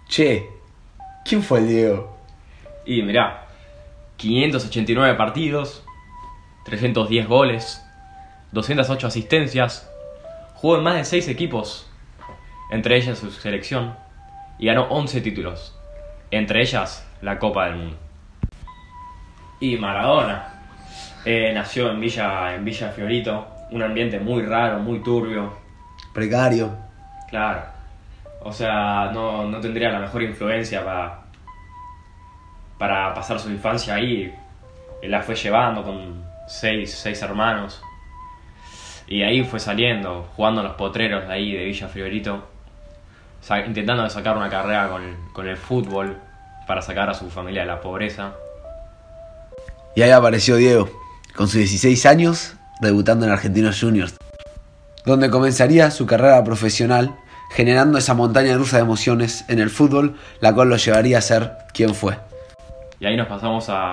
Che, ¿quién fue el Diego? Y mirá, 589 partidos, 310 goles, 208 asistencias, jugó en más de 6 equipos, entre ellas su selección, y ganó 11 títulos, entre ellas la Copa del Mundo. Y Maradona, nació en Villa Fiorito, un ambiente muy raro, muy turbio. Precario. Claro, o sea, no tendría la mejor influencia para pasar su infancia ahí. Él la fue llevando con seis hermanos. Y ahí fue saliendo, jugando en los potreros de ahí de Villa Fiorito, intentando sacar una carrera con el fútbol para sacar a su familia de la pobreza. Y ahí apareció Diego, con sus 16 años, debutando en Argentinos Juniors, donde comenzaría su carrera profesional, generando esa montaña rusa de emociones en el fútbol, la cual lo llevaría a ser quien fue. Y ahí nos pasamos a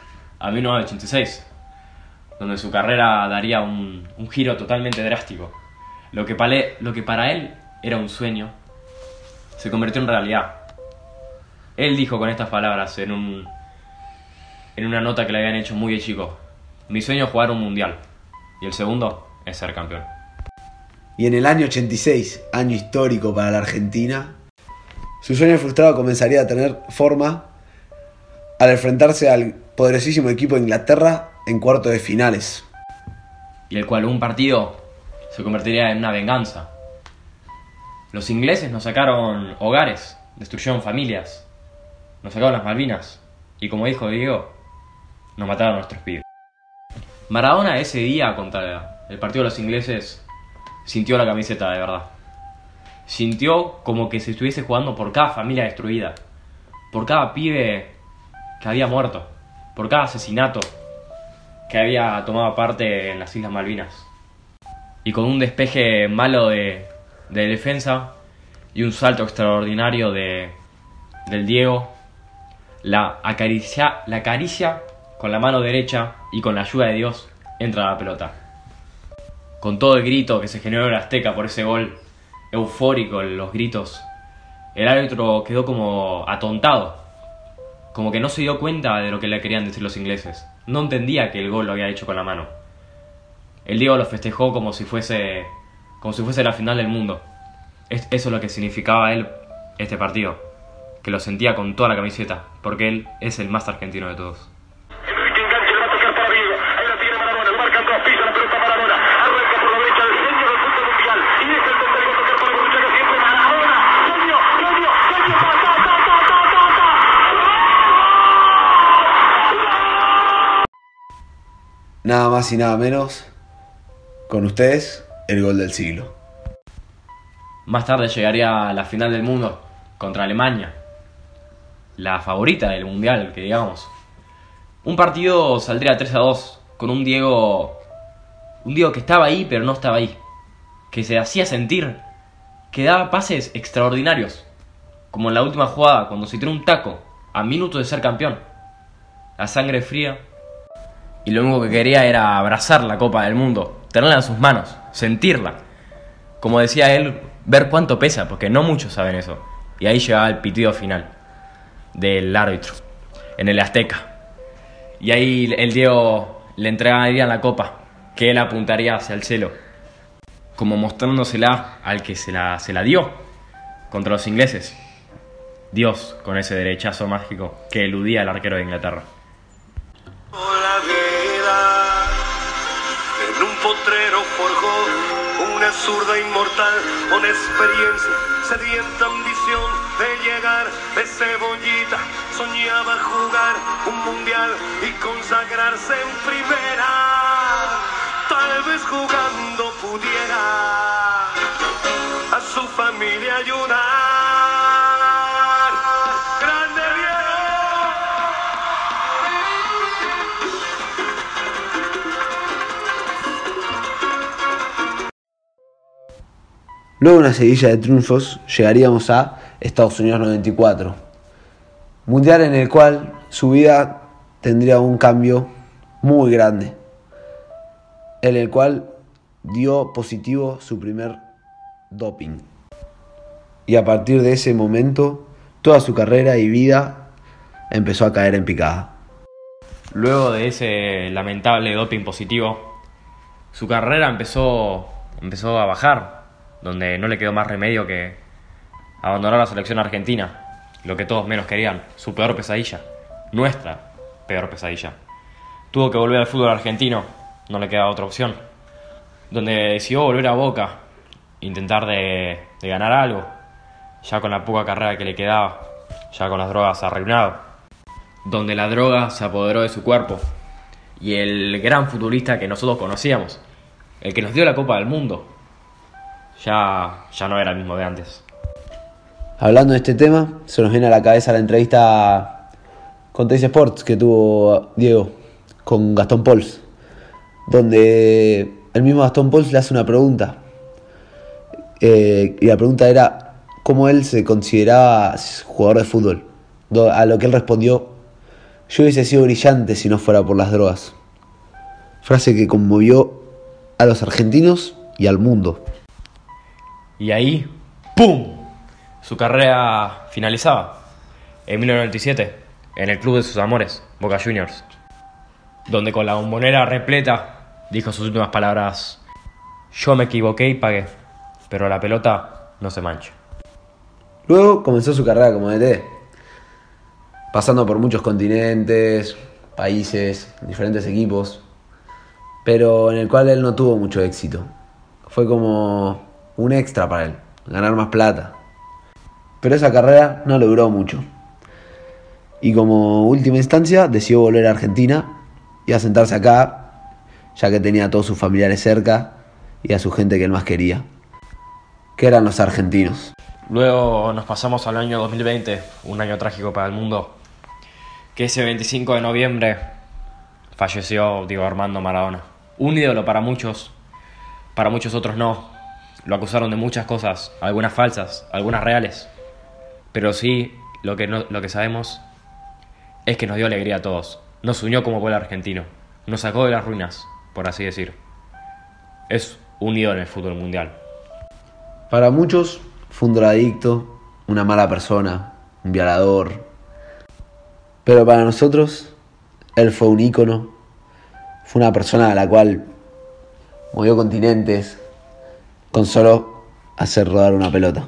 1986, donde su carrera daría un giro totalmente drástico. Lo que para él era un sueño, se convirtió en realidad. Él dijo con estas palabras en una nota que le habían hecho muy de chico: mi sueño es jugar un mundial, y el segundo es ser campeón. Y en el año 86, año histórico para la Argentina, su sueño frustrado comenzaría a tener forma al enfrentarse al poderosísimo equipo de Inglaterra en cuartos de finales. Y el cual un partido se convertiría en una venganza. Los ingleses nos sacaron hogares, destruyeron familias, nos sacaron las Malvinas, y como dijo Diego, nos mataron a nuestros pibes. Maradona ese día contra el partido de los ingleses sintió la camiseta de verdad. Sintió como que se estuviese jugando por cada familia destruida, por cada pibe que había muerto, por cada asesinato que había tomado parte en las Islas Malvinas. Y con un despeje malo de defensa y un salto extraordinario del Diego, la acaricia con la mano derecha y con la ayuda de Dios entra la pelota. Con todo el grito que se generó en el Azteca por ese gol, eufórico los gritos, el árbitro quedó como atontado, como que no se dio cuenta de lo que le querían decir los ingleses. No entendía que el gol lo había hecho con la mano. El Diego lo festejó como si fuese la final del mundo. Eso es lo que significaba él, este partido, que lo sentía con toda la camiseta, porque él es el más argentino de todos. Enrique engancha, le va a tocar para Vigo. Ahí la tiene Maradona, lo marcan dos, pisa la pelota Maradona. Arranca por la derecha del genio del fútbol mundial. Y es el tercero a tocar para Borruchaga siempre Maradona. Genio, Nada más y nada menos, con ustedes, el gol del siglo. Más tarde llegaría a la final del mundo contra Alemania, la favorita del mundial, que digamos. Un partido saldría 3-2 con un Diego que estaba ahí pero no estaba ahí, que se hacía sentir, que daba pases extraordinarios, como en la última jugada cuando se tiró un taco a minutos de ser campeón. La sangre fría, y lo único que quería era abrazar la Copa del Mundo, tenerla en sus manos, sentirla. Como decía él, ver cuánto pesa, porque no muchos saben eso. Y ahí llegaba el pitido final del árbitro en el Azteca. Y ahí el Diego le entregaría la copa, que él apuntaría hacia el cielo, como mostrándosela al que se la dio contra los ingleses. Dios, con ese derechazo mágico que eludía al arquero de Inglaterra. la vida. En un potrero forjó una zurda inmortal con experiencia, sedienta ambición de llegar de cebollita. Soñaba jugar un mundial y consagrarse en primera. Tal vez jugando pudiera a su familia ayudar. ¡Grande Luego de una seguilla de triunfos, llegaríamos a Estados Unidos 94. Mundial en el cual su vida tendría un cambio muy grande, en el cual dio positivo su primer doping. Y a partir de ese momento, Toda su carrera y vida empezó a caer en picada. Luego de ese lamentable doping positivo, su carrera empezó a bajar, donde no le quedó más remedio que abandonar la selección argentina, lo que todos menos querían, su peor pesadilla, nuestra peor pesadilla. Tuvo que volver al fútbol argentino, no le quedaba otra opción, donde decidió volver a Boca, intentar de ganar algo, ya con la poca carrera que le quedaba, ya con las drogas arruinado, donde la droga se apoderó de su cuerpo, y el gran futbolista que nosotros conocíamos, el que nos dio la Copa del Mundo, ya no era el mismo de antes. Hablando de este tema, se nos viene a la cabeza la entrevista con Teis Sports que tuvo Diego con Gastón Pols, donde el mismo Gastón Pols le hace una pregunta. Y la pregunta era cómo él se consideraba jugador de fútbol. A lo que él respondió: yo hubiese sido brillante si no fuera por las drogas. Frase que conmovió a los argentinos y al mundo. Y ahí, ¡pum!, su carrera finalizaba. En 1997, en el club de sus amores, Boca Juniors, donde con la bombonera repleta dijo sus últimas palabras: yo me equivoqué y pagué, pero la pelota no se mancha. Luego comenzó su carrera como DT, pasando por muchos continentes, países, diferentes equipos, pero en el cual él no tuvo mucho éxito. Fue como un extra para él, ganar más plata. Pero esa carrera no le duró mucho. Y como última instancia decidió volver a Argentina y a sentarse acá, ya que tenía a todos sus familiares cerca y a su gente que él más quería, que eran los argentinos. Luego nos pasamos al año 2020, un año trágico para el mundo, que ese 25 de noviembre falleció Diego Armando Maradona. Un ídolo para muchos otros no. Lo acusaron de muchas cosas, algunas falsas, algunas reales. Pero sí, lo que sabemos es que nos dio alegría a todos. Nos unió como pueblo argentino. Nos sacó de las ruinas, por así decir. Es un ídolo en el fútbol mundial. Para muchos fue un drogadicto, una mala persona, un violador. Pero para nosotros, él fue un ícono. Fue una persona a la cual movió continentes con solo hacer rodar una pelota.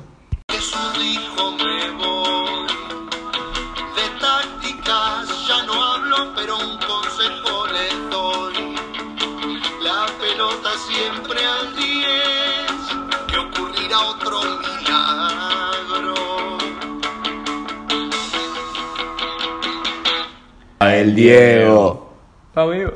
Siempre al 10, que ocurrirá otro milagro. El Diego. Amigo.